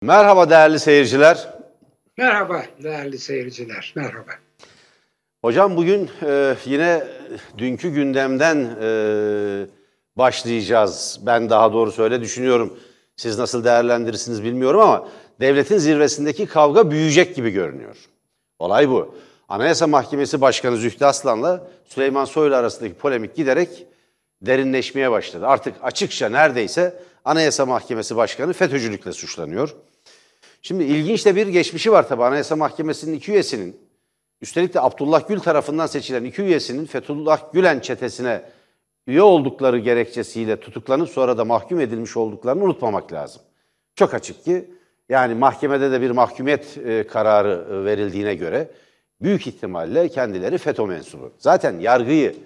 Merhaba değerli seyirciler. Merhaba değerli seyirciler, merhaba. Hocam bugün yine dünkü gündemden başlayacağız. Ben daha doğrusu öyle düşünüyorum. Siz nasıl değerlendirirsiniz bilmiyorum ama devletin zirvesindeki kavga büyüyecek gibi görünüyor. Olay bu. Anayasa Mahkemesi Başkanı Zühtü Aslan'la Süleyman Soylu arasındaki polemik giderek derinleşmeye başladı. Artık açıkça neredeyse Anayasa Mahkemesi Başkanı FETÖ'cülükle suçlanıyor. Şimdi ilginç de bir geçmişi var tabii. Anayasa Mahkemesi'nin iki üyesinin, üstelik de Abdullah Gül tarafından seçilen iki üyesinin Fethullah Gülen çetesine üye oldukları gerekçesiyle tutuklanıp sonra da mahkum edilmiş olduklarını unutmamak lazım. Çok açık ki yani mahkemede de bir mahkumiyet kararı verildiğine göre büyük ihtimalle kendileri FETÖ mensubu. Zaten yargıyı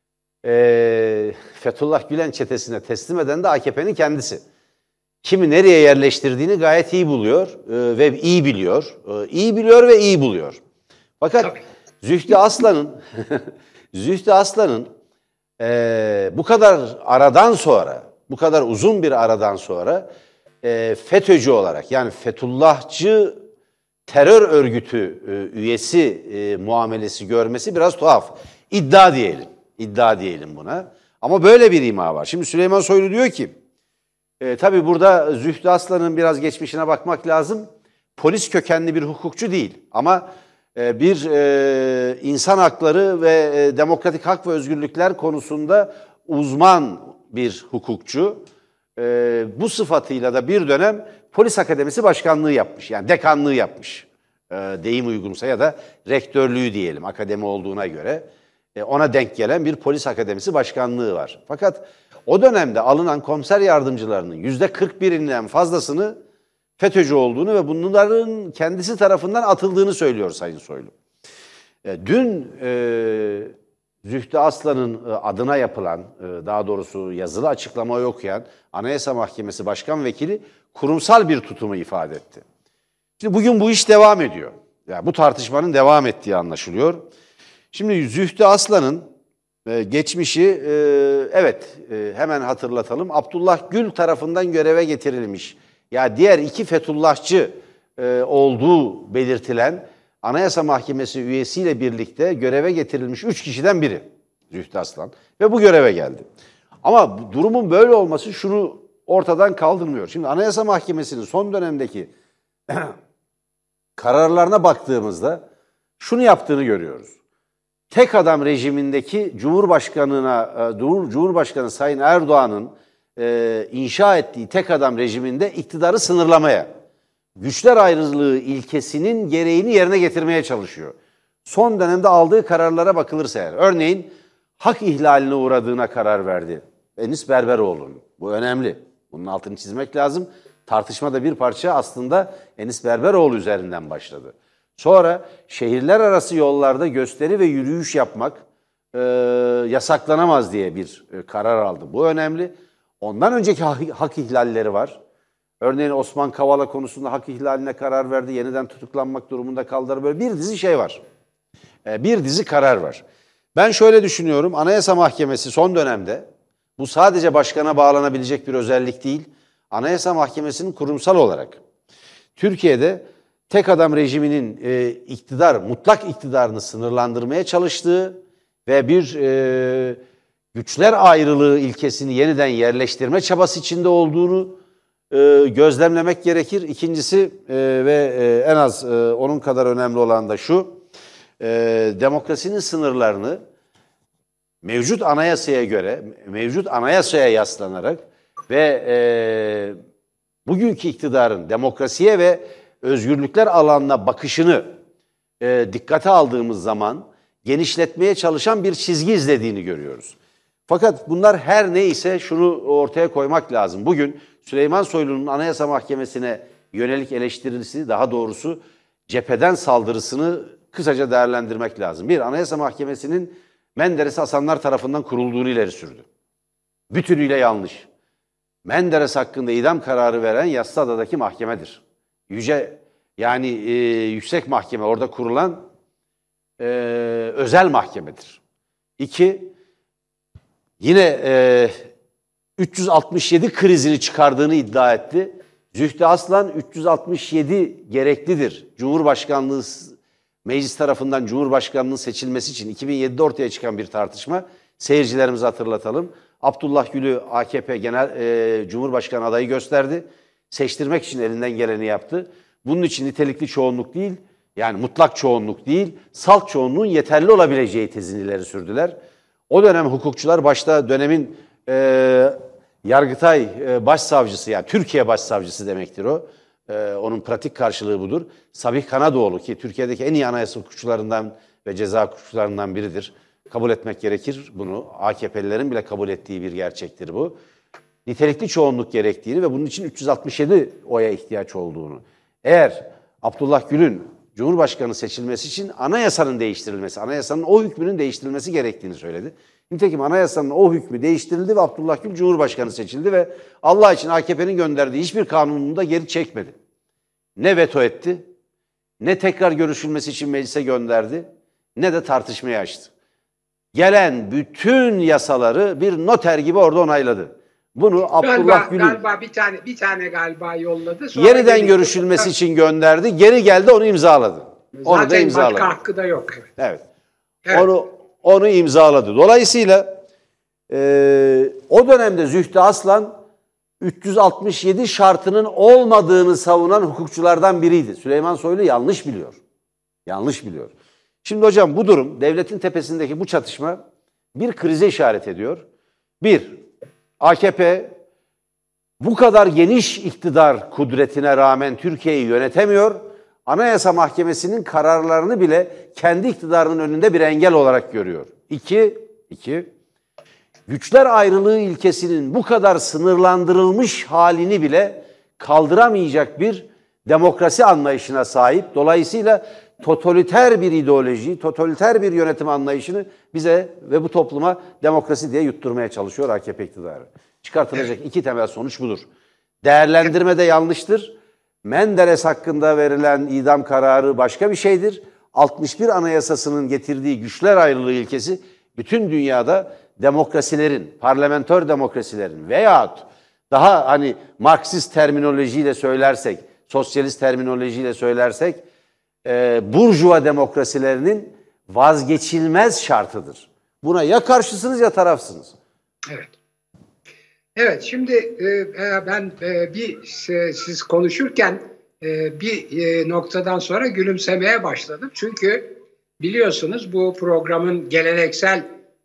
Fethullah Gülen çetesine teslim eden de AKP'nin kendisi. Kimi nereye yerleştirdiğini gayet iyi buluyor ve iyi biliyor. İyi biliyor ve iyi buluyor. Fakat Zühtü Aslan'ın bu kadar aradan sonra, bu kadar uzun bir aradan sonra FETÖ'cü olarak yani Fethullahçı terör örgütü üyesi muamelesi görmesi biraz tuhaf. İddia diyelim buna. Ama böyle bir ima var. Şimdi Süleyman Soylu diyor ki, tabii burada Zühtü Aslan'ın biraz geçmişine bakmak lazım. Polis kökenli bir hukukçu değil ama bir insan hakları ve demokratik hak ve özgürlükler konusunda uzman bir hukukçu. Bu sıfatıyla da bir dönem Polis Akademisi Başkanlığı yapmış. Yani dekanlığı yapmış. Deyim uygunsa ya da rektörlüğü diyelim akademi olduğuna göre. Ona denk gelen bir Polis Akademisi Başkanlığı var. Fakat o dönemde alınan komiser yardımcılarının %41'inden fazlasını FETÖ'cü olduğunu ve bunların kendisi tarafından atıldığını söylüyor Sayın Soylu. Dün Zühtü Aslan'ın adına yapılan, daha doğrusu yazılı açıklamayı okuyan Anayasa Mahkemesi Başkan Vekili kurumsal bir tutumu ifade etti. Şimdi bugün bu iş devam ediyor. Yani bu tartışmanın devam ettiği anlaşılıyor. Şimdi Zühtü Aslan'ın geçmişi, hemen hatırlatalım. Abdullah Gül tarafından göreve getirilmiş. Ya diğer iki Fethullahçı olduğu belirtilen Anayasa Mahkemesi üyesiyle birlikte göreve getirilmiş 3 kişiden biri Zühtü Aslan. Ve bu göreve geldi. Ama durumun böyle olması şunu ortadan kaldırmıyor. Şimdi Anayasa Mahkemesi'nin son dönemdeki kararlarına baktığımızda şunu yaptığını görüyoruz. Tek adam rejimindeki Cumhurbaşkanı Sayın Erdoğan'ın inşa ettiği tek adam rejiminde iktidarı sınırlamaya, güçler ayrılığı ilkesinin gereğini yerine getirmeye çalışıyor. Son dönemde aldığı kararlara bakılırsa eğer, örneğin hak ihlaline uğradığına karar verdi Enis Berberoğlu'nun. Bu önemli. Bunun altını çizmek lazım. Tartışma da bir parça aslında Enis Berberoğlu üzerinden başladı. Sonra şehirler arası yollarda gösteri ve yürüyüş yapmak yasaklanamaz diye bir karar aldı. Bu önemli. Ondan önceki hak ihlalleri var. Örneğin Osman Kavala konusunda hak ihlaline karar verdi. Yeniden tutuklanmak durumunda kaldılar. Böyle bir dizi şey var. Bir dizi karar var. Ben şöyle düşünüyorum. Anayasa Mahkemesi son dönemde, bu sadece başkana bağlanabilecek bir özellik değil. Anayasa Mahkemesi'nin kurumsal olarak Türkiye'de tek adam rejiminin mutlak iktidarını sınırlandırmaya çalıştığı ve bir güçler ayrılığı ilkesini yeniden yerleştirme çabası içinde olduğunu gözlemlemek gerekir. İkincisi ve en az onun kadar önemli olan da şu, demokrasinin sınırlarını mevcut anayasaya göre, mevcut anayasaya yaslanarak ve bugünkü iktidarın demokrasiye ve özgürlükler alanına bakışını dikkate aldığımız zaman genişletmeye çalışan bir çizgi izlediğini görüyoruz. Fakat bunlar her neyse şunu ortaya koymak lazım. Bugün Süleyman Soylu'nun Anayasa Mahkemesi'ne yönelik eleştirisi, daha doğrusu cepheden saldırısını kısaca değerlendirmek lazım. Bir, Anayasa Mahkemesi'nin Menderes Hasanlar tarafından kurulduğunu ileri sürdü. Bütünüyle yanlış. Menderes hakkında idam kararı veren Yassıada'daki mahkemedir. Yüksek mahkeme, orada kurulan özel mahkemedir. İki, yine 367 krizini çıkardığını iddia etti. Zühtü Aslan 367 gereklidir. Cumhurbaşkanlığı meclis tarafından Cumhurbaşkanlığı seçilmesi için 2007'de ortaya çıkan bir tartışma. Seyircilerimize hatırlatalım. Abdullah Gül'ü AKP Cumhurbaşkanı adayı gösterdi. Seçtirmek için elinden geleni yaptı. Bunun için nitelikli çoğunluk değil, yani mutlak çoğunluk değil, salt çoğunluğun yeterli olabileceği tezini ileri sürdüler. O dönem hukukçular, başta dönemin Yargıtay Başsavcısı, yani Türkiye Başsavcısı demektir o. Onun pratik karşılığı budur. Sabih Kanadoğlu, ki Türkiye'deki en iyi anayasa hukukçularından ve ceza hukukçularından biridir. Kabul etmek gerekir bunu. AKP'lilerin bile kabul ettiği bir gerçektir bu. Nitelikli çoğunluk gerektiğini ve bunun için 367 oya ihtiyaç olduğunu. Eğer Abdullah Gül'ün Cumhurbaşkanı seçilmesi için anayasanın değiştirilmesi, anayasanın o hükmünün değiştirilmesi gerektiğini söyledi. Nitekim anayasanın o hükmü değiştirildi ve Abdullah Gül Cumhurbaşkanı seçildi ve Allah için AKP'nin gönderdiği hiçbir kanununu da geri çekmedi. Ne veto etti, ne tekrar görüşülmesi için meclise gönderdi, ne de tartışmaya açtı. Gelen bütün yasaları bir noter gibi orada onayladı. Bunu Abdullah Gül'ün galiba bir tane galiba yolladı. Sonra yeniden görüşülmesi için gönderdi. Geri geldi, onu imzaladı. Onu zaten da imzaladı. başka hakkı da yok. Evet. Evet. Onu imzaladı. Dolayısıyla o dönemde Zühtü Aslan 367 şartının olmadığını savunan hukukçulardan biriydi. Süleyman Soylu yanlış biliyor. Yanlış biliyor. Şimdi hocam, bu durum, devletin tepesindeki bu çatışma bir krize işaret ediyor. AKP bu kadar geniş iktidar kudretine rağmen Türkiye'yi yönetemiyor. Anayasa Mahkemesi'nin kararlarını bile kendi iktidarının önünde bir engel olarak görüyor. İki, güçler ayrılığı ilkesinin bu kadar sınırlandırılmış halini bile kaldıramayacak bir demokrasi anlayışına sahip. Dolayısıyla totaliter bir ideoloji, totaliter bir yönetim anlayışını bize ve bu topluma demokrasi diye yutturmaya çalışıyor AKP iktidarı. Çıkartılacak iki temel sonuç budur. Değerlendirme de yanlıştır. Menderes hakkında verilen idam kararı başka bir şeydir. 61 Anayasası'nın getirdiği güçler ayrılığı ilkesi bütün dünyada demokrasilerin, parlamentör demokrasilerin veyahut daha hani Marksist terminolojiyle söylersek, sosyalist terminolojiyle söylersek, burjuva demokrasilerinin vazgeçilmez şartıdır. Buna ya karşısınız ya tarafsınız. Evet. Evet, şimdi ben siz konuşurken bir noktadan sonra gülümsemeye başladım. Çünkü biliyorsunuz bu programın geleneksel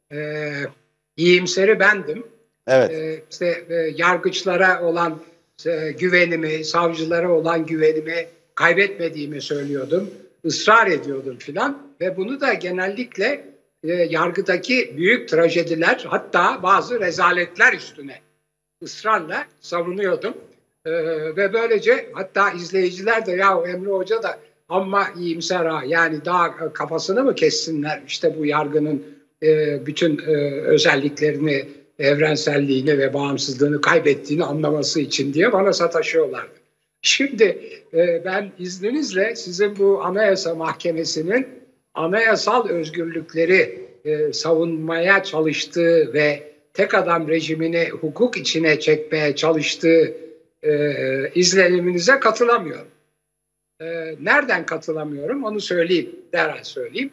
iyimseri bendim. Evet. Yargıçlara olan güvenimi, savcılara olan güvenimi kaybetmediğimi söylüyordum. Israr ediyordum filan ve bunu da genellikle yargıdaki büyük trajediler, hatta bazı rezaletler üstüne ısrarla savunuyordum. Ve böylece hatta izleyiciler de ya Emre Hoca da amma iyimser ha, yani daha kafasını mı kessinler işte bu yargının bütün özelliklerini, evrenselliğini ve bağımsızlığını kaybettiğini anlaması için diye bana sataşıyorlardı. Şimdi ben izninizle sizin bu Anayasa Mahkemesi'nin anayasal özgürlükleri savunmaya çalıştığı ve tek adam rejimini hukuk içine çekmeye çalıştığı izleniminize katılamıyorum. Nereden katılamıyorum onu söyleyeyim, derhal söyleyeyim.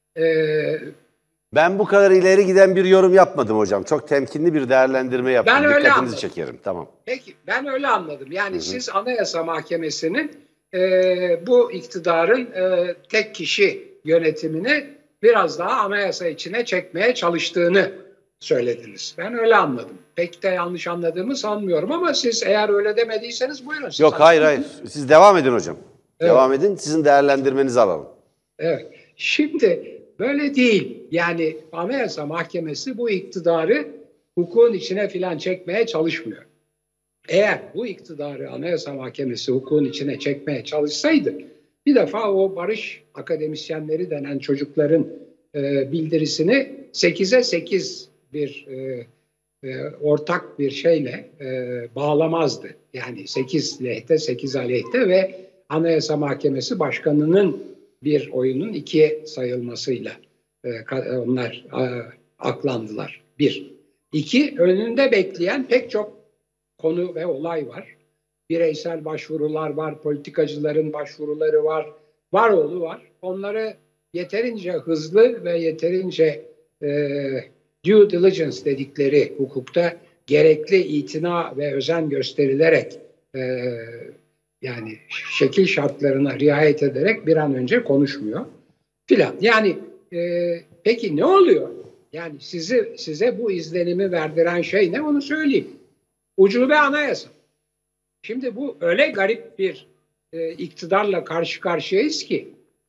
Ben bu kadar ileri giden bir yorum yapmadım hocam. Çok temkinli bir değerlendirme yaptım. Dikkatinizi çekerim. Tamam. Peki, ben öyle anladım. Yani siz Anayasa Mahkemesi'nin bu iktidarın tek kişi yönetimini biraz daha anayasa içine çekmeye çalıştığını söylediniz. Ben öyle anladım. Pek de yanlış anladığımı sanmıyorum ama siz eğer öyle demediyseniz buyurun. Yok, hayır. Siz devam edin hocam. Evet. Devam edin. Sizin değerlendirmenizi alalım. Evet. Şimdi böyle değil. Yani Anayasa Mahkemesi bu iktidarı hukukun içine filan çekmeye çalışmıyor. Eğer bu iktidarı Anayasa Mahkemesi hukukun içine çekmeye çalışsaydı, bir defa o barış akademisyenleri denen çocukların bildirisini 8'e 8 bir ortak bir şeyle bağlamazdı. Yani 8 lehte 8 aleyhte ve Anayasa Mahkemesi Başkanı'nın bir oyunun 2'ye sayılmasıyla onlar aklandılar. 1. 2. Önünde bekleyen pek çok konu ve olay var. bireysel başvurular var, politikacıların başvuruları var, var oğlu var. Onları yeterince hızlı ve yeterince due diligence dedikleri hukukta gerekli itina ve özen gösterilerek yani şekil şartlarına riayet ederek bir an önce konuşmuyor filan. Yani peki ne oluyor? Yani size bu izlenimi verdiren şey ne, onu söyleyeyim. Ucube anayasa. Şimdi bu öyle garip bir iktidarla karşı karşıyayız ki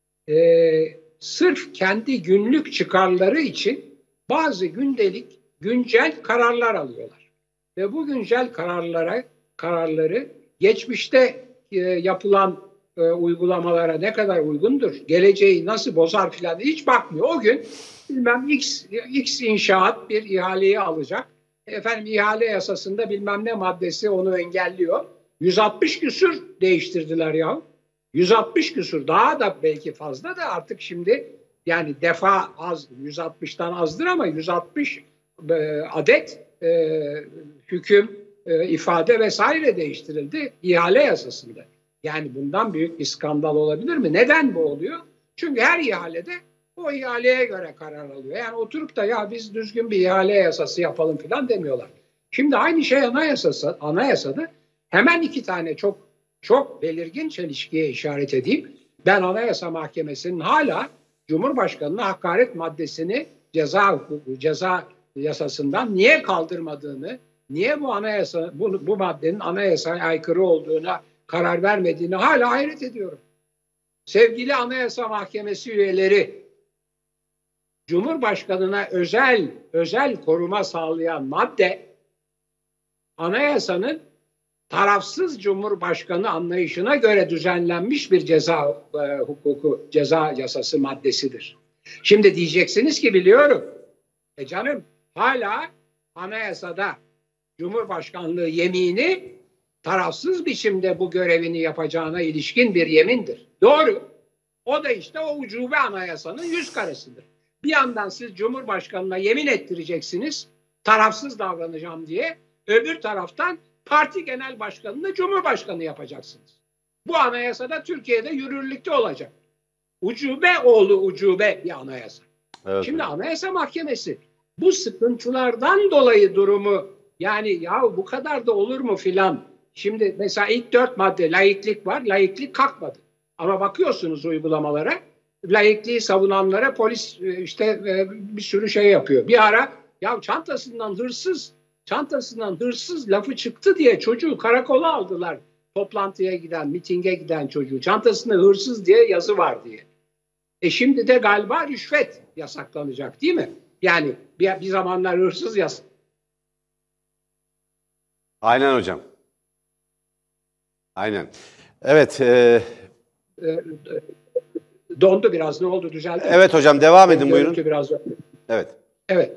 sırf kendi günlük çıkarları için bazı gündelik güncel kararlar alıyorlar. Ve bu güncel kararları geçmişte yapılan uygulamalara ne kadar uygundur, geleceği nasıl bozar filan hiç bakmıyor. O gün bilmem X inşaat bir ihaleyi alacak. Efendim ihale yasasında bilmem ne maddesi onu engelliyor. 160 küsur değiştirdiler ya. 160 küsur, daha da belki fazla da artık şimdi yani defa az, 160'tan azdır ama 160 adet hüküm, ifade vesaire değiştirildi ihale yasasında. Yani bundan büyük bir skandal olabilir mi? Neden bu oluyor? Çünkü her ihalede o ihaleye göre karar alıyor. Yani oturup da ya biz düzgün bir ihale yasası yapalım falan demiyorlar. Şimdi aynı şey anayasada hemen iki tane çok belirgin çelişkiye işaret edeyim. Ben Anayasa Mahkemesi'nin hala Cumhurbaşkanı'na hakaret maddesini ceza yasasından niye kaldırmadığını, niye bu maddenin anayasaya aykırı olduğuna karar vermediğini hala hayret ediyorum. Sevgili Anayasa Mahkemesi üyeleri, Cumhurbaşkanı'na özel koruma sağlayan madde anayasanın tarafsız Cumhurbaşkanı anlayışına göre düzenlenmiş bir ceza yasası maddesidir. Şimdi diyeceksiniz ki biliyorum. Canım hala anayasada Cumhurbaşkanlığı yemini tarafsız biçimde bu görevini yapacağına ilişkin bir yemindir. Doğru. O da işte o ucube anayasanın yüz karasıdır. Bir yandan siz Cumhurbaşkanı'na yemin ettireceksiniz tarafsız davranacağım diye. Öbür taraftan parti genel başkanını Cumhurbaşkanı yapacaksınız. Bu anayasada Türkiye'de yürürlükte olacak. Ucube oğlu ucube bir anayasa. Evet. Şimdi Anayasa Mahkemesi bu sıkıntılardan dolayı durumu yani ya bu kadar da olur mu filan. Şimdi mesela ilk 4 madde laiklik var. Laiklik kalkmadı. Ama bakıyorsunuz uygulamalara, laikliği savunanlara polis işte bir sürü şey yapıyor. Bir ara ya çantasından hırsız lafı çıktı diye çocuğu karakola aldılar. Toplantıya giden, mitinge giden çocuğu. Çantasında hırsız diye yazı var diye. Şimdi de galiba rüşvet yasaklanacak değil mi? Yani bir zamanlar hırsız yasak. Aynen hocam. Aynen. Evet. Dondu biraz. Ne oldu? Düzeldi mi? Evet hocam devam edin buyurun. Biraz... Evet. Evet.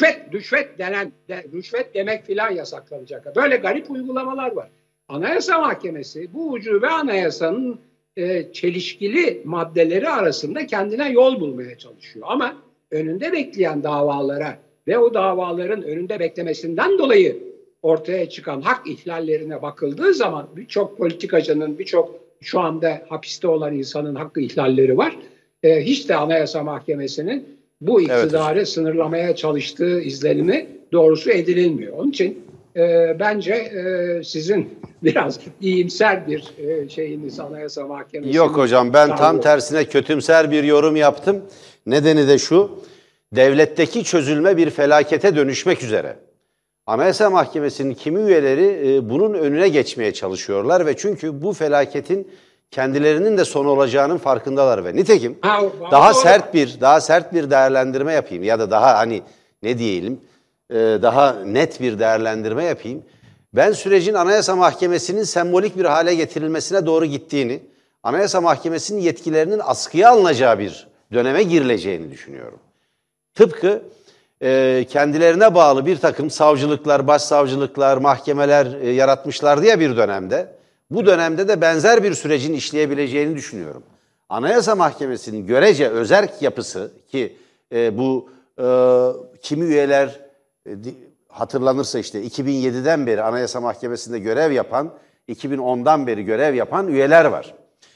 Rüşvet demek filan yasaklanacak. Böyle garip uygulamalar var. Anayasa Mahkemesi bu ucube anayasanın çelişkili maddeleri arasında kendine yol bulmaya çalışıyor. Ama önünde bekleyen davalara ve o davaların önünde beklemesinden dolayı ortaya çıkan hak ihlallerine bakıldığı zaman birçok politikacının, birçok şu anda hapiste olan insanın hakkı ihlalleri var. Hiç de Anayasa Mahkemesi'nin bu iktidarı sınırlamaya çalıştığı izlenimi doğrusu edinilmiyor. Onun için bence sizin biraz iyimser bir şeyiniz Anayasa Mahkemesi'nin. Yok hocam ben tam tersine kötümser bir yorum yaptım. Nedeni de şu, devletteki çözülme bir felakete dönüşmek üzere. Anayasa Mahkemesi'nin kimi üyeleri bunun önüne geçmeye çalışıyorlar ve çünkü bu felaketin kendilerinin de sonu olacağının farkındalar ve nitekim daha sert bir değerlendirme yapayım ya da daha ne diyelim daha net bir değerlendirme yapayım. Ben sürecin Anayasa Mahkemesi'nin sembolik bir hale getirilmesine doğru gittiğini, Anayasa Mahkemesi'nin yetkilerinin askıya alınacağı bir döneme girileceğini düşünüyorum. Tıpkı kendilerine bağlı bir takım savcılıklar, başsavcılıklar, mahkemeler yaratmışlardı ya bir dönemde. Bu dönemde de benzer bir sürecin işleyebileceğini düşünüyorum. Anayasa Mahkemesi'nin görece özerk yapısı ki bu kimi üyeler hatırlanırsa işte 2007'den beri Anayasa Mahkemesi'nde görev yapan 2010'dan beri görev yapan üyeler var.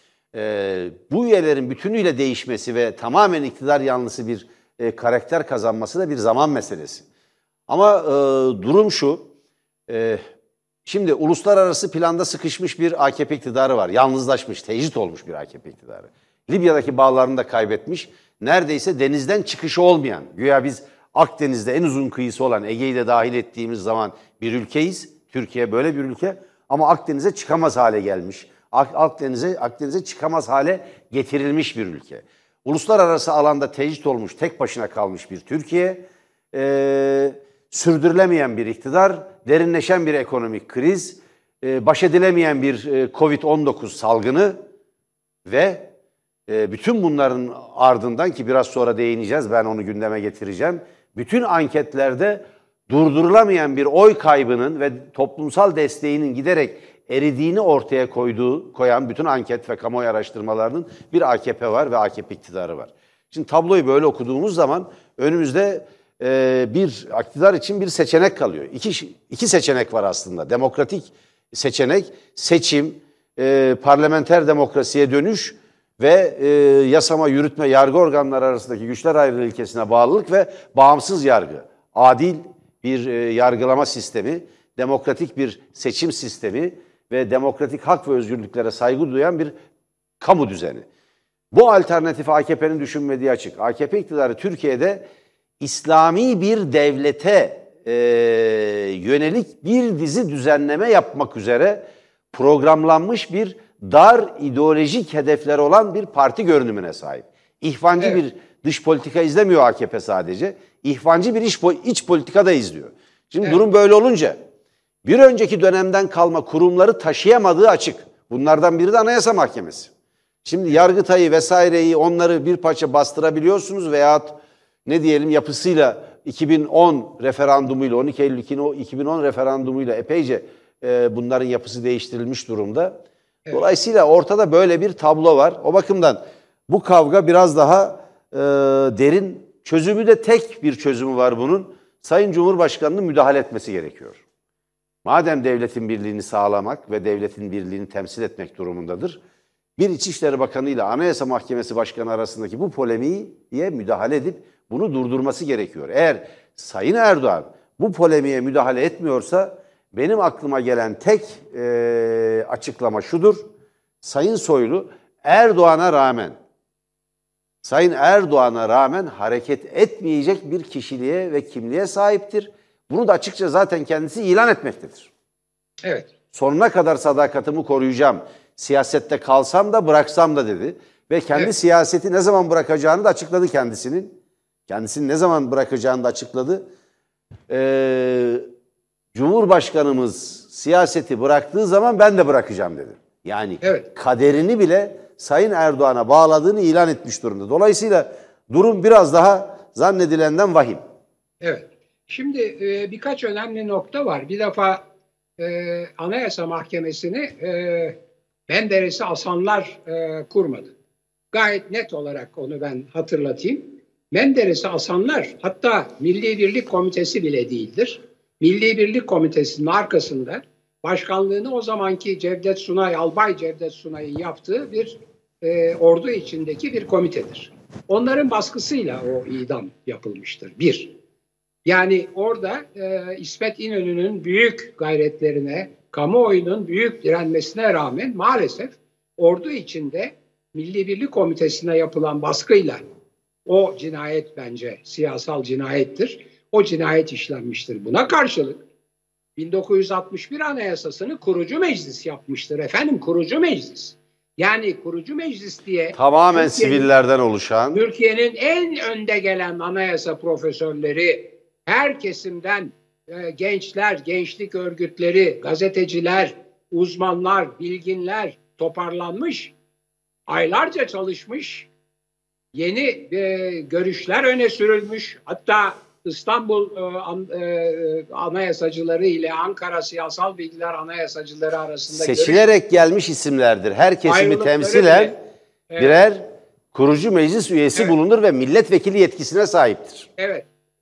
Bu üyelerin bütünüyle değişmesi ve tamamen iktidar yanlısı bir karakter kazanması da bir zaman meselesi. Ama durum şu, şimdi uluslararası planda sıkışmış bir AKP iktidarı var. Yalnızlaşmış, tecrit olmuş bir AKP iktidarı. Libya'daki bağlarını da kaybetmiş. Neredeyse denizden çıkışı olmayan, güya biz Akdeniz'de en uzun kıyısı olan Ege'yi de dahil ettiğimiz zaman bir ülkeyiz. Türkiye böyle bir ülke ama Akdeniz'e çıkamaz hale gelmiş. Akdeniz'e çıkamaz hale getirilmiş bir ülke. Uluslararası alanda tecrit olmuş, tek başına kalmış bir Türkiye, sürdürülemeyen bir iktidar, derinleşen bir ekonomik kriz, baş edilemeyen bir Covid-19 salgını ve bütün bunların ardından, ki biraz sonra değineceğiz, ben onu gündeme getireceğim, bütün anketlerde durdurulamayan bir oy kaybının ve toplumsal desteğinin giderek eridiğini ortaya koyan bütün anket ve kamuoyu araştırmalarının bir AKP var ve AKP iktidarı var. Şimdi tabloyu böyle okuduğumuz zaman önümüzde bir iktidar için bir seçenek kalıyor. İki seçenek var aslında. Demokratik seçenek, seçim, parlamenter demokrasiye dönüş ve yasama, yürütme, yargı organları arasındaki güçler ayrılığı ilkesine bağlılık ve bağımsız yargı. Adil bir yargılama sistemi, demokratik bir seçim sistemi ve demokratik hak ve özgürlüklere saygı duyan bir kamu düzeni. Bu alternatifi AKP'nin düşünmediği açık. AKP iktidarı Türkiye'de İslami bir devlete yönelik bir dizi düzenleme yapmak üzere programlanmış bir dar ideolojik hedefleri olan bir parti görünümüne sahip. İhvancı bir dış politika izlemiyor AKP sadece. İhvancı bir iç politika da izliyor. Şimdi durum böyle olunca bir önceki dönemden kalma kurumları taşıyamadığı açık. Bunlardan biri de Anayasa Mahkemesi. Şimdi Yargıtay'ı vesaireyi, onları bir parça bastırabiliyorsunuz veyahut ne diyelim yapısıyla 2010 referandumuyla, 12 Eylül 2010 referandumuyla epeyce bunların yapısı değiştirilmiş durumda. Evet. Dolayısıyla ortada böyle bir tablo var. O bakımdan bu kavga biraz daha derin, çözümü de tek bir çözümü var bunun. Sayın Cumhurbaşkanı'nın müdahale etmesi gerekiyor. Madem devletin birliğini sağlamak ve devletin birliğini temsil etmek durumundadır, bir İçişleri Bakanı ile Anayasa Mahkemesi Başkanı arasındaki bu polemiğe müdahale edip bunu durdurması gerekiyor. Eğer Sayın Erdoğan bu polemiğe müdahale etmiyorsa benim aklıma gelen tek açıklama şudur: Sayın Soylu Sayın Erdoğan'a rağmen hareket etmeyecek bir kişiliğe ve kimliğe sahiptir. Bunu da açıkça zaten kendisi ilan etmektedir. Evet. Sonuna kadar sadakatimi koruyacağım. Siyasette kalsam da bıraksam da dedi. Ve kendi siyaseti ne zaman bırakacağını da açıkladı kendisinin. Kendisini ne zaman bırakacağını da açıkladı. Cumhurbaşkanımız siyaseti bıraktığı zaman ben de bırakacağım dedi. Yani kaderini bile Sayın Erdoğan'a bağladığını ilan etmiş durumda. Dolayısıyla durum biraz daha zannedilenden vahim. Evet. Şimdi birkaç önemli nokta var. Bir defa Anayasa Mahkemesi'ni Menderes'i asanlar kurmadı. Gayet net olarak onu ben hatırlatayım. Menderes'i asanlar, hatta Milli Birlik Komitesi bile değildir. Milli Birlik Komitesi'nin arkasında başkanlığını o zamanki Cevdet Sunay, Albay Cevdet Sunay'ın yaptığı bir ordu içindeki bir komitedir. Onların baskısıyla o idam yapılmıştır. Bir. Yani orada İsmet İnönü'nün büyük gayretlerine, kamuoyunun büyük direnmesine rağmen maalesef ordu içinde Milli Birlik Komitesi'ne yapılan baskıyla o cinayet, bence siyasal cinayettir. O cinayet işlenmiştir. Buna karşılık 1961 Anayasası'nı kurucu meclis yapmıştır efendim, kurucu meclis. Yani kurucu meclis diye tamamen sivillerden oluşan, Türkiye'nin en önde gelen anayasa profesörleri, her kesimden gençler, gençlik örgütleri, gazeteciler, uzmanlar, bilginler toparlanmış, aylarca çalışmış, yeni görüşler öne sürülmüş. Hatta İstanbul anayasacıları ile Ankara Siyasal Bilgiler Anayasacıları arasında seçilerek gelmiş isimlerdir. Her kesimi temsilen birer kurucu meclis üyesi bulunur ve milletvekili yetkisine sahiptir. Evet.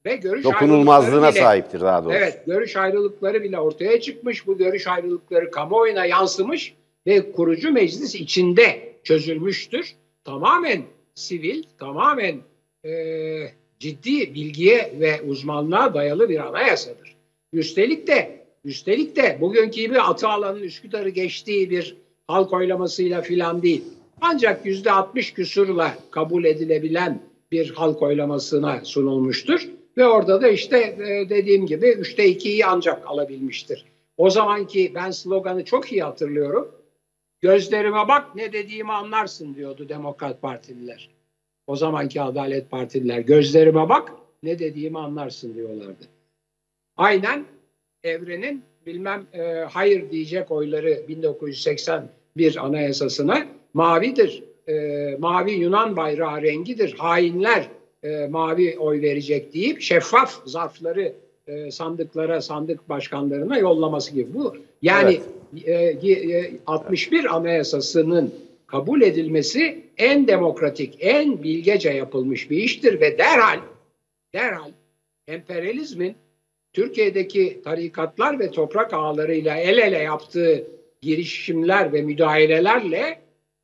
ve görüş dokunulmazlığına ayrılıkları bile, sahiptir daha doğrusu. evet, görüş ayrılıkları bile ortaya çıkmış. Bu görüş ayrılıkları kamuoyuna yansımış ve kurucu meclis içinde çözülmüştür. Tamamen sivil, tamamen ciddi bilgiye ve uzmanlığa dayalı bir anayasadır. Üstelik de bugünkü gibi Atalan'ın Üsküdar'ı geçtiği bir halk oylamasıyla filan değil. Ancak %60 küsurla kabul edilebilen bir halk oylamasına sunulmuştur. Ve orada da işte dediğim gibi 3'te 2'yi ancak alabilmiştir. O zamanki ben sloganı çok iyi hatırlıyorum. Gözlerime bak, ne dediğimi anlarsın diyordu Demokrat Partililer. O zamanki Adalet Partililer, gözlerime bak, ne dediğimi anlarsın diyorlardı. Aynen Evren'in hayır diyecek oyları 1981 Anayasasına mavidir. Mavi Yunan bayrağı rengidir. Hainler mavi oy verecek deyip şeffaf zarfları sandıklara, sandık başkanlarına yollaması gibi. Bu yani evet. 61 Anayasası'nın kabul edilmesi en demokratik, en bilgece yapılmış bir iştir ve derhal emperyalizmin Türkiye'deki tarikatlar ve toprak ağalarıyla el ele yaptığı girişimler ve müdahalelerle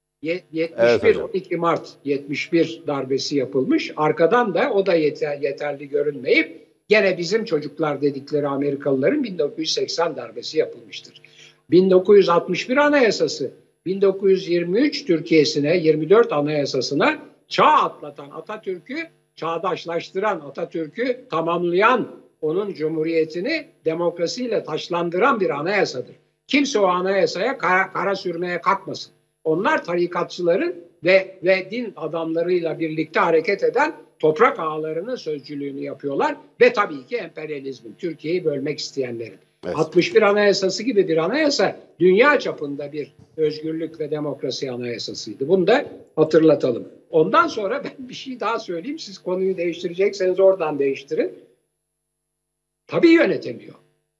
12 Mart 71 darbesi yapılmış. Arkadan da o da yeterli görünmeyip gene bizim çocuklar dedikleri Amerikalıların 1980 darbesi yapılmıştır. 1961 Anayasası 1923 Türkiye'sine, 24 Anayasasına çağ atlatan Atatürk'ü, çağdaşlaştıran Atatürk'ü tamamlayan, onun cumhuriyetini demokrasiyle taçlandıran bir anayasadır. Kimse o anayasaya kara sürmeye kalkmasın. Onlar tarikatçıların ve din adamlarıyla birlikte hareket eden toprak ağalarının sözcülüğünü yapıyorlar ve tabii ki emperyalizmin, Türkiye'yi bölmek isteyenlerin. Evet. 61 Anayasası gibi bir anayasa dünya çapında bir özgürlük ve demokrasi anayasasıydı. Bunu da hatırlatalım. Ondan sonra ben bir şey daha söyleyeyim. Siz konuyu değiştirecekseniz oradan değiştirin. Tabii yönetemiyor.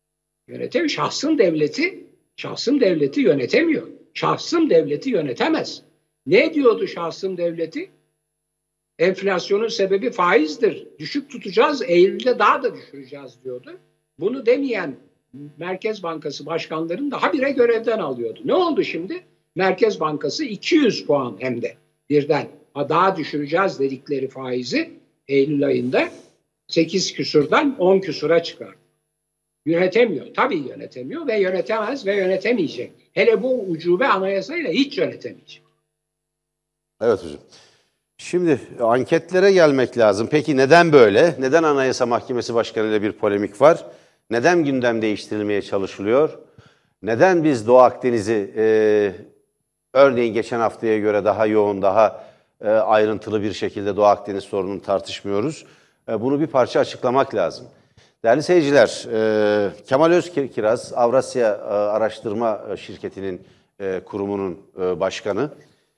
Şahsım devleti yönetemiyor. Şahsım devleti yönetemez. Ne diyordu şahsım devleti? Enflasyonun sebebi faizdir. Düşük tutacağız, Eylül'de daha da düşüreceğiz diyordu. Bunu demeyen Merkez Bankası başkanlarını da habire görevden alıyordu. Ne oldu şimdi? Merkez Bankası 200 puan hem de birden daha düşüreceğiz dedikleri faizi Eylül ayında 8 küsurdan 10 küsura çıkardı. Yönetemiyor. Tabii yönetemiyor ve yönetemez ve yönetemeyecek. Hele bu ucube anayasayla hiç yönetemeyecek. Evet hocam. Şimdi anketlere gelmek lazım. Peki neden böyle? Neden Anayasa Mahkemesi Başkanı ile bir polemik var? Neden gündem değiştirilmeye çalışılıyor? Neden biz Doğu Akdeniz'i örneğin geçen haftaya göre daha yoğun, daha ayrıntılı bir şekilde Doğu Akdeniz sorununu tartışmıyoruz? Bunu bir parça açıklamak lazım. Değerli seyirciler, Kemal Özkiraz, Avrasya Araştırma Şirketi'nin kurumunun başkanı.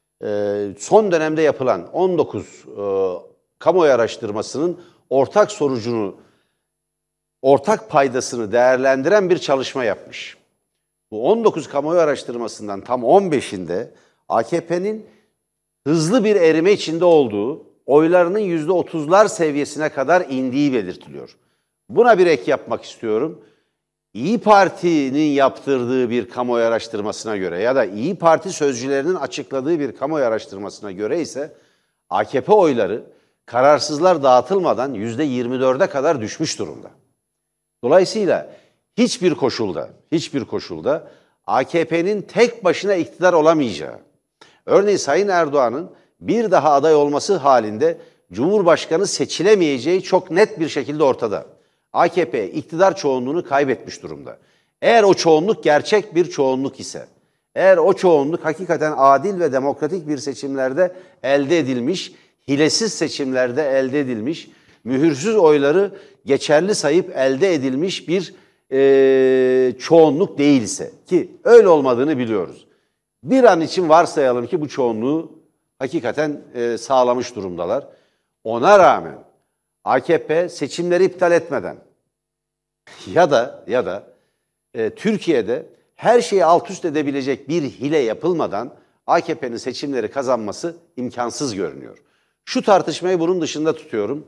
Son dönemde yapılan 19 kamuoyu araştırmasının ortak sonucunu, ortak paydasını değerlendiren bir çalışma yapmış. Bu 19 kamuoyu araştırmasından tam 15'inde AKP'nin hızlı bir erime içinde olduğu, oylarının %30'lar seviyesine kadar indiği belirtiliyor. Buna bir ek yapmak istiyorum. İYİ Parti'nin yaptırdığı bir kamuoyu araştırmasına göre ya da İYİ Parti sözcülerinin açıkladığı bir kamuoyu araştırmasına göre ise AKP oyları kararsızlar dağıtılmadan %24'e kadar düşmüş durumda. Dolayısıyla hiçbir koşulda AKP'nin tek başına iktidar olamayacağı, örneğin Sayın Erdoğan'ın bir daha aday olması halinde Cumhurbaşkanı seçilemeyeceği çok net bir şekilde ortada. AKP iktidar çoğunluğunu kaybetmiş durumda. Eğer o çoğunluk gerçek bir çoğunluk ise, eğer o çoğunluk hakikaten adil ve demokratik bir seçimlerde elde edilmiş, hilesiz seçimlerde elde edilmiş, mühürsüz oyları geçerli sayıp elde edilmiş bir çoğunluk değilse, ki öyle olmadığını biliyoruz. Bir an için varsayalım ki bu çoğunluğu hakikaten sağlamış durumdalar. Ona rağmen AKP seçimleri iptal etmeden ya da Türkiye'de her şeyi alt üst edebilecek bir hile yapılmadan AKP'nin seçimleri kazanması imkansız görünüyor. Şu tartışmayı bunun dışında tutuyorum.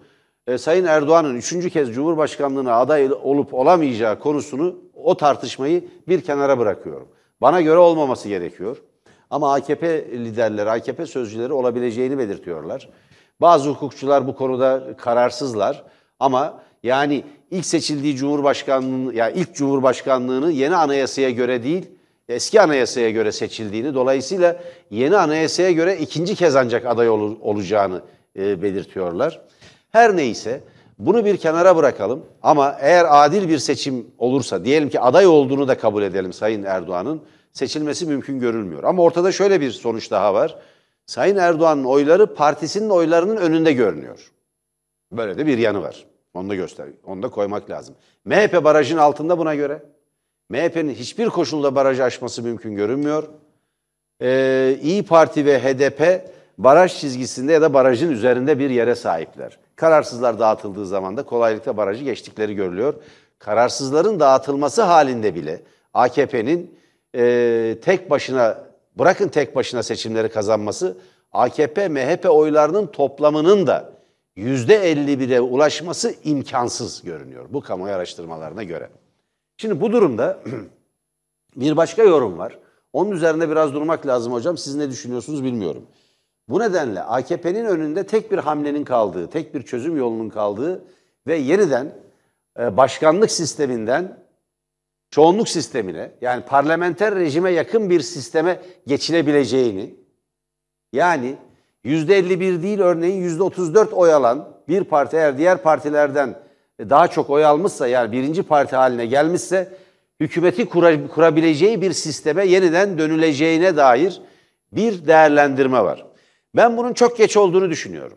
Sayın Erdoğan'ın 3. kez Cumhurbaşkanlığına aday olup olamayacağı konusunu, o tartışmayı bir kenara bırakıyorum. Bana göre olmaması gerekiyor. Ama AKP liderleri, AKP sözcüleri olabileceğini belirtiyorlar. Bazı hukukçular bu konuda kararsızlar. Ama yani ilk seçildiği Cumhurbaşkanlığı, yani ilk Cumhurbaşkanlığını yeni anayasaya göre değil, eski anayasaya göre seçildiğini, dolayısıyla yeni anayasaya göre 2. kez ancak aday olacağını belirtiyorlar. Her neyse, bunu bir kenara bırakalım ama eğer adil bir seçim olursa, diyelim ki aday olduğunu da kabul edelim Sayın Erdoğan'ın, seçilmesi mümkün görülmüyor. Ama ortada şöyle bir sonuç daha var. Sayın Erdoğan'ın oyları partisinin oylarının önünde görünüyor. Böyle de bir yanı var. Onu da onu da koymak lazım. MHP barajın altında buna göre. MHP'nin hiçbir koşulda barajı aşması mümkün görünmüyor. İYİ Parti ve HDP baraj çizgisinde ya da barajın üzerinde bir yere sahipler. Kararsızlar dağıtıldığı zaman da kolaylıkla barajı geçtikleri görülüyor. Kararsızların dağıtılması halinde bile AKP'nin tek başına, bırakın tek başına seçimleri kazanması, AKP, MHP oylarının toplamının da %51'e ulaşması imkansız görünüyor bu kamuoyu araştırmalarına göre. Şimdi bu durumda bir başka yorum var. Onun üzerinde biraz durmak lazım hocam. Siz ne düşünüyorsunuz bilmiyorum. Bu nedenle AKP'nin önünde tek bir hamlenin kaldığı, tek bir çözüm yolunun kaldığı ve yeniden başkanlık sisteminden çoğunluk sistemine, yani parlamenter rejime yakın bir sisteme geçilebileceğini, yani %51 değil örneğin %34 oy alan bir parti eğer diğer partilerden daha çok oy almışsa, yani birinci parti haline gelmişse, hükümeti kurabileceği bir sisteme yeniden dönüleceğine dair bir değerlendirme var. Ben bunun çok geç olduğunu düşünüyorum.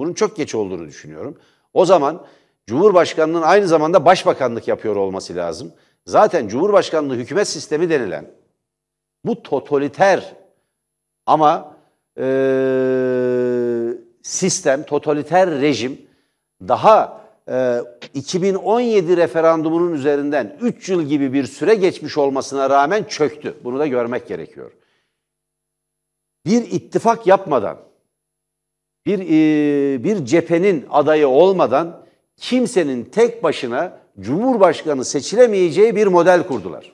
O zaman Cumhurbaşkanı'nın aynı zamanda başbakanlık yapıyor olması lazım. Zaten Cumhurbaşkanlığı hükümet sistemi denilen bu totaliter ama sistem, totaliter rejim daha 2017 referandumunun üzerinden 3 yıl gibi bir süre geçmiş olmasına rağmen çöktü. Bunu da görmek gerekiyor. Bir ittifak yapmadan, bir cephenin adayı olmadan kimsenin tek başına Cumhurbaşkanı seçilemeyeceği bir model kurdular.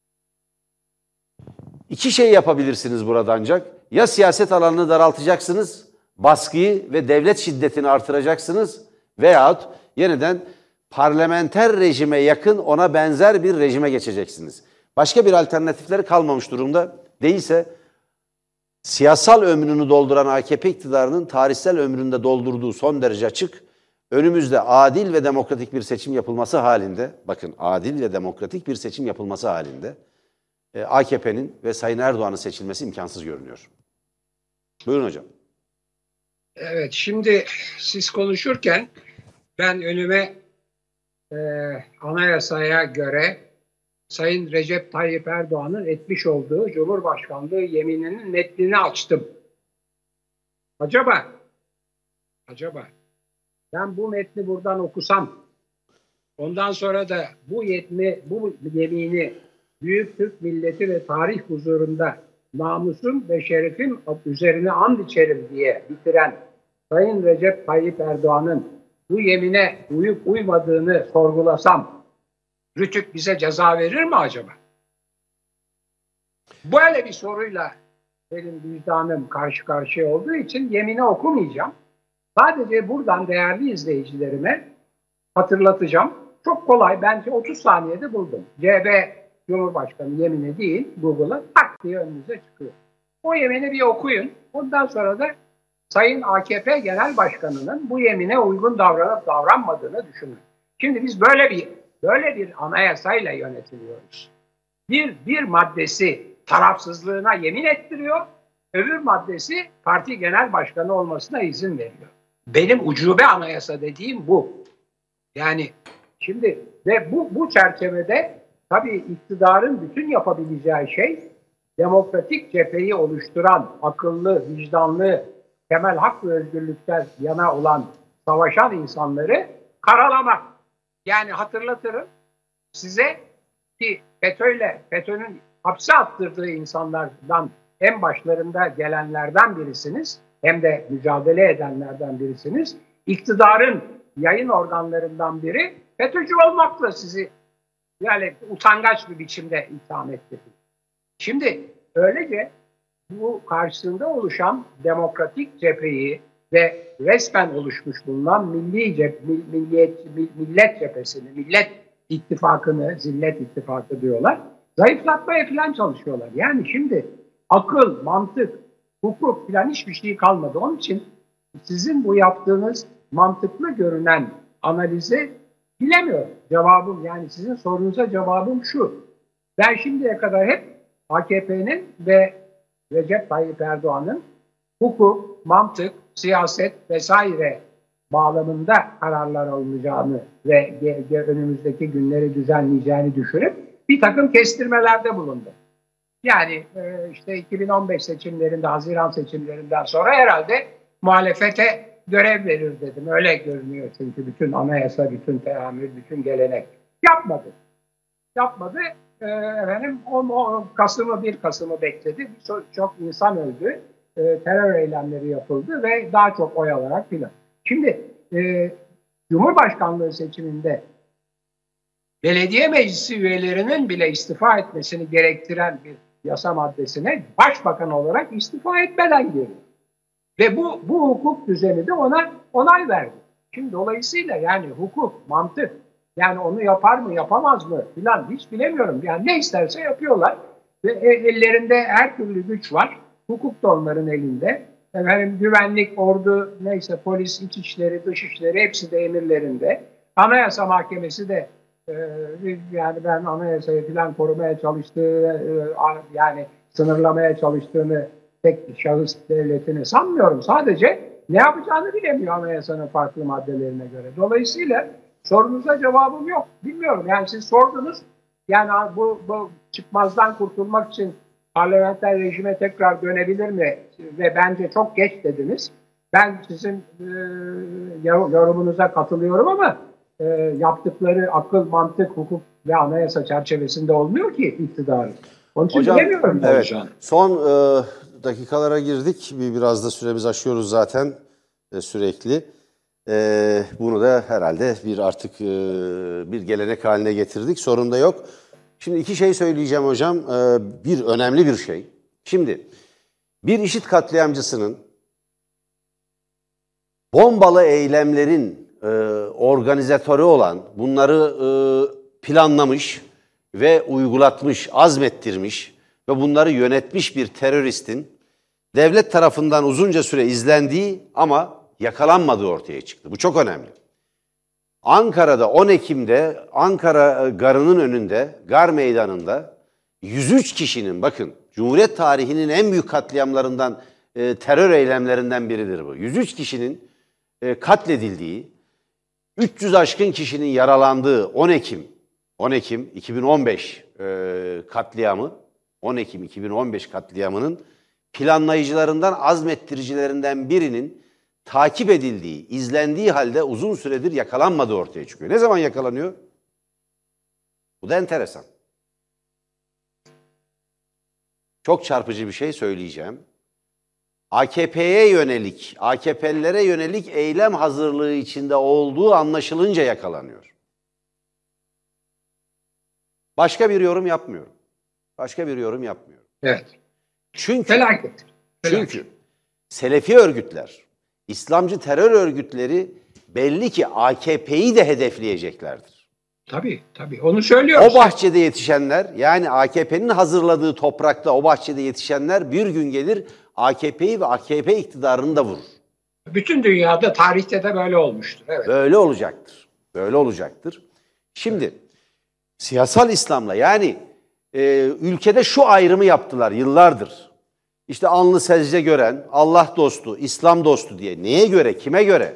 2 şey yapabilirsiniz burada ancak. Ya siyaset alanını daraltacaksınız, baskıyı ve devlet şiddetini artıracaksınız veyahut yeniden parlamenter rejime yakın, ona benzer bir rejime geçeceksiniz. Başka bir alternatifleri kalmamış durumda. Değilse siyasal ömrünü dolduran AKP iktidarının tarihsel ömründe doldurduğu son derece açık. Önümüzde adil ve demokratik bir seçim yapılması halinde, bakın adil ve demokratik bir seçim yapılması halinde AKP'nin ve Sayın Erdoğan'ın seçilmesi imkansız görünüyor. Buyurun hocam. Evet, şimdi siz konuşurken ben önüme anayasaya göre Sayın Recep Tayyip Erdoğan'ın etmiş olduğu Cumhurbaşkanlığı yemininin metnini açtım. Acaba ben bu metni buradan okusam, ondan sonra da bu yemini Büyük Türk Milleti ve tarih huzurunda namusum ve şerefim üzerine and içerim diye bitiren Sayın Recep Tayyip Erdoğan'ın bu yemine uyup uymadığını sorgulasam, Rütük bize ceza verir mi acaba? Böyle bir soruyla benim vicdanım karşı karşıya olduğu için yemini okumayacağım. Sadece buradan değerli izleyicilerime hatırlatacağım. Çok kolay, bence 30 saniyede buldum. CHP Cumhurbaşkanı yemini değil, Google'a tak diye önünüze çıkıyor. O yemini bir okuyun. Ondan sonra da Sayın AKP Genel Başkanı'nın bu yemine uygun davranıp davranmadığını düşünün. Şimdi biz böyle bir anayasayla yönetiliyoruz. Bir maddesi tarafsızlığına yemin ettiriyor, öbür maddesi parti genel başkanı olmasına izin veriyor. Benim ucube anayasa dediğim bu. Yani şimdi ve bu çerçevede tabii iktidarın bütün yapabileceği şey demokratik cepheyi oluşturan, akıllı, vicdanlı, temel hak ve özgürlükten yana olan, savaşan insanları karalamak. Yani hatırlatırım size ki FETÖ'nün hapse attırdığı insanlardan en başlarında gelenlerden birisiniz, hem de mücadele edenlerden birisiniz. İktidarın yayın organlarından biri FETÖ'cü olmakla sizi yani utangaç bir biçimde itham etti. Şimdi öylece bu karşısında oluşan demokratik cepheyi ve resmen oluşmuş bulunan millet cephesini, millet ittifakını, zillet ittifakı diyorlar, zayıflatmaya falan çalışıyorlar. Yani şimdi akıl, mantık, hukuk falan hiçbir şey kalmadı. Onun için sizin bu yaptığınız mantıklı görünen analizi bilemiyorum. Cevabım, yani sizin sorunuza cevabım şu. Ben şimdiye kadar hep AKP'nin ve Recep Tayyip Erdoğan'ın hukuk, mantık, siyaset vesaire bağlamında kararlar alınacağını ve önümüzdeki günleri düzenleyeceğini düşünüp bir takım kestirmelerde bulundu. Yani işte 2015 seçimlerinde, Haziran seçimlerinden sonra herhalde muhalefete görev verir dedim. Öyle görünüyor çünkü bütün anayasa, bütün teamül, bütün gelenek. Yapmadı. Yapmadı. Efendim 1 Kasım'ı bekledi. Çok insan öldü. Terör eylemleri yapıldı ve daha çok oy alarak filan. Şimdi Cumhurbaşkanlığı seçiminde belediye meclisi üyelerinin bile istifa etmesini gerektiren bir yasa maddesine başbakan olarak istifa etmeden geliyor. Ve bu hukuk düzeni de ona onay verdi. Şimdi dolayısıyla yani hukuk, mantık, yani onu yapar mı yapamaz mı filan hiç bilemiyorum. Yani ne isterse yapıyorlar ve ellerinde her türlü güç var. Hukuk da onların elinde. Efendim, güvenlik, ordu, neyse polis, içişleri, dışişleri hepsi de emirlerinde. Anayasa Mahkemesi de yani ben anayasayı filan korumaya çalıştığı yani sınırlamaya çalıştığını tek bir şahıs devletini sanmıyorum. Sadece ne yapacağını bilemiyor anayasanın farklı maddelerine göre. Dolayısıyla sorunuza cevabım yok. Bilmiyorum. Yani siz sordunuz. Yani bu çıkmazdan kurtulmak için parlamenter rejime tekrar dönebilir mi? Ve bence çok geç dediniz. Ben sizin yorumunuza katılıyorum ama yaptıkları akıl, mantık, hukuk ve anayasa çerçevesinde olmuyor ki iktidarın. Onun için hocam, bilemiyorum. Evet. Hocam. Son dakikalara girdik. Biraz da süremiz aşıyoruz zaten sürekli. Bunu da herhalde artık bir gelenek haline getirdik. Sorun da yok. Şimdi 2 şey söyleyeceğim hocam. Önemli bir şey. Şimdi bir IŞİD katliamcısının bombalı eylemlerin organizatörü olan, bunları planlamış ve uygulatmış, azmettirmiş ve bunları yönetmiş bir teröristin devlet tarafından uzunca süre izlendiği ama yakalanmadığı ortaya çıktı. Bu çok önemli. Ankara'da 10 Ekim'de Ankara Garı'nın önünde, Gar Meydanı'nda 103 kişinin, bakın Cumhuriyet tarihinin en büyük katliamlarından, terör eylemlerinden biridir bu. 103 kişinin katledildiği, 300 aşkın kişinin yaralandığı 10 Ekim 2015 katliamı, 10 Ekim 2015 katliamının planlayıcılarından, azmettiricilerinden birinin takip edildiği, izlendiği halde uzun süredir yakalanmadığı ortaya çıkıyor. Ne zaman yakalanıyor? Bu da enteresan. Çok çarpıcı bir şey söyleyeceğim. AKP'ye yönelik, AKP'lilere yönelik eylem hazırlığı içinde olduğu anlaşılınca yakalanıyor. Başka bir yorum yapmıyorum. Evet. Çünkü Felaket. Selefi örgütler, İslamcı terör örgütleri belli ki AKP'yi de hedefleyeceklerdir. Tabii. Onu söylüyoruz. O bahçede yetişenler, yani AKP'nin hazırladığı toprakta o bahçede yetişenler bir gün gelir AKP'yi ve AKP iktidarını da vurur. Bütün dünyada, tarihte de böyle olmuştur. Evet. Böyle olacaktır. Şimdi siyasal İslam'la, yani ülkede şu ayrımı yaptılar yıllardır. İşte alnı secde gören, Allah dostu, İslam dostu diye. Neye göre, kime göre?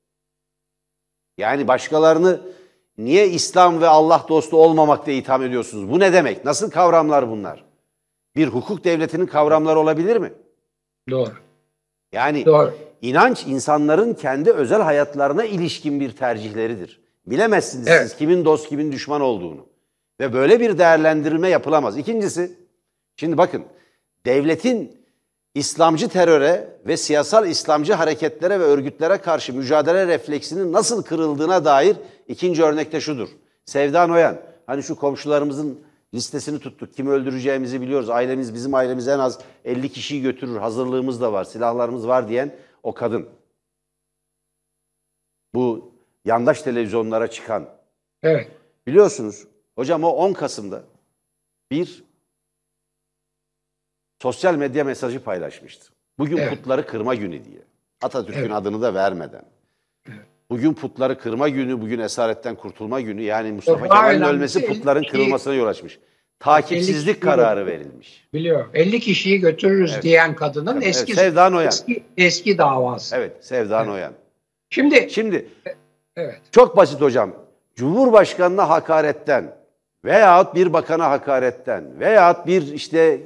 Yani başkalarını niye İslam ve Allah dostu olmamakla itham ediyorsunuz? Bu ne demek? Nasıl kavramlar bunlar? Bir hukuk devletinin kavramları olabilir mi? Doğru. Yani inanç insanların kendi özel hayatlarına ilişkin bir tercihleridir. Bilemezsiniz siz kimin dost, kimin düşman olduğunu. Ve böyle bir değerlendirme yapılamaz. İkincisi, şimdi bakın, devletin İslamcı teröre ve siyasal İslamcı hareketlere ve örgütlere karşı mücadele refleksinin nasıl kırıldığına dair ikinci örnekte şudur. Sevda Noyan, hani şu komşularımızın listesini tuttuk. Kimi öldüreceğimizi biliyoruz. Ailemiz, bizim ailemiz en az 50 kişiyi götürür. Hazırlığımız da var, silahlarımız var diyen o kadın. Bu yandaş televizyonlara çıkan. Evet. Biliyorsunuz hocam o 10 Kasım'da bir sosyal medya mesajı paylaşmıştı. Bugün putları kırma günü diye. Atatürk'ün adını da vermeden. Bugün putları kırma günü, bugün esaretten kurtulma günü. Yani Mustafa Kemal'in ölmesi putların kırılmasına yol açmış. Takipsizlik kararı verilmiş. Biliyorum. 50 kişiyi götürürüz diyen kadının eski Sevda Noyan. Eski davası. Evet, Sevda Noyan. Şimdi çok basit hocam. Cumhurbaşkanına hakaretten veyahut bir bakana hakaretten veyahut bir işte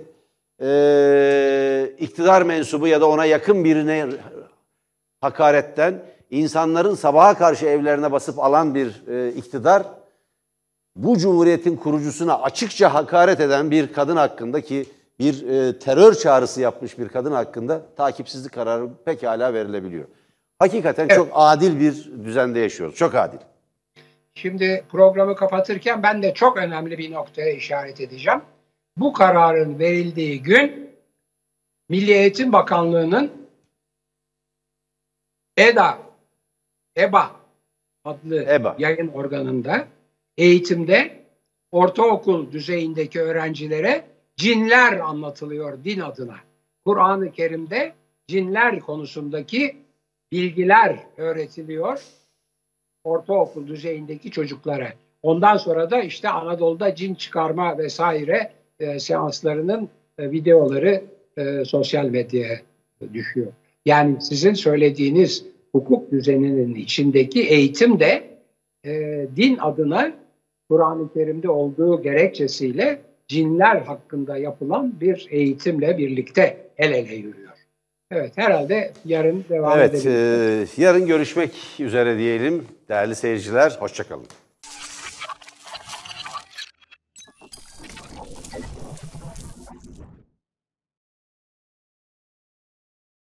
iktidar mensubu ya da ona yakın birine hakaretten insanların sabaha karşı evlerine basıp alan bir iktidar, bu cumhuriyetin kurucusuna açıkça hakaret eden bir kadın hakkında, ki bir terör çağrısı yapmış bir kadın hakkında takipsizlik kararı pekala verilebiliyor. Hakikaten çok adil bir düzende yaşıyoruz. Çok adil. Şimdi programı kapatırken ben de çok önemli bir noktaya işaret edeceğim. Bu kararın verildiği gün Milli Eğitim Bakanlığı'nın EBA adlı yayın organında eğitimde ortaokul düzeyindeki öğrencilere cinler anlatılıyor din adına. Kur'an-ı Kerim'de cinler konusundaki bilgiler öğretiliyor ortaokul düzeyindeki çocuklara. Ondan sonra da işte Anadolu'da cin çıkarma vesaire seanslarının videoları sosyal medyaya düşüyor. Yani sizin söylediğiniz hukuk düzeninin içindeki eğitim de din adına Kur'an-ı Kerim'de olduğu gerekçesiyle cinler hakkında yapılan bir eğitimle birlikte el ele yürüyor. Evet, herhalde yarın devam edelim. Evet, yarın görüşmek üzere diyelim değerli seyirciler. Hoşça kalın.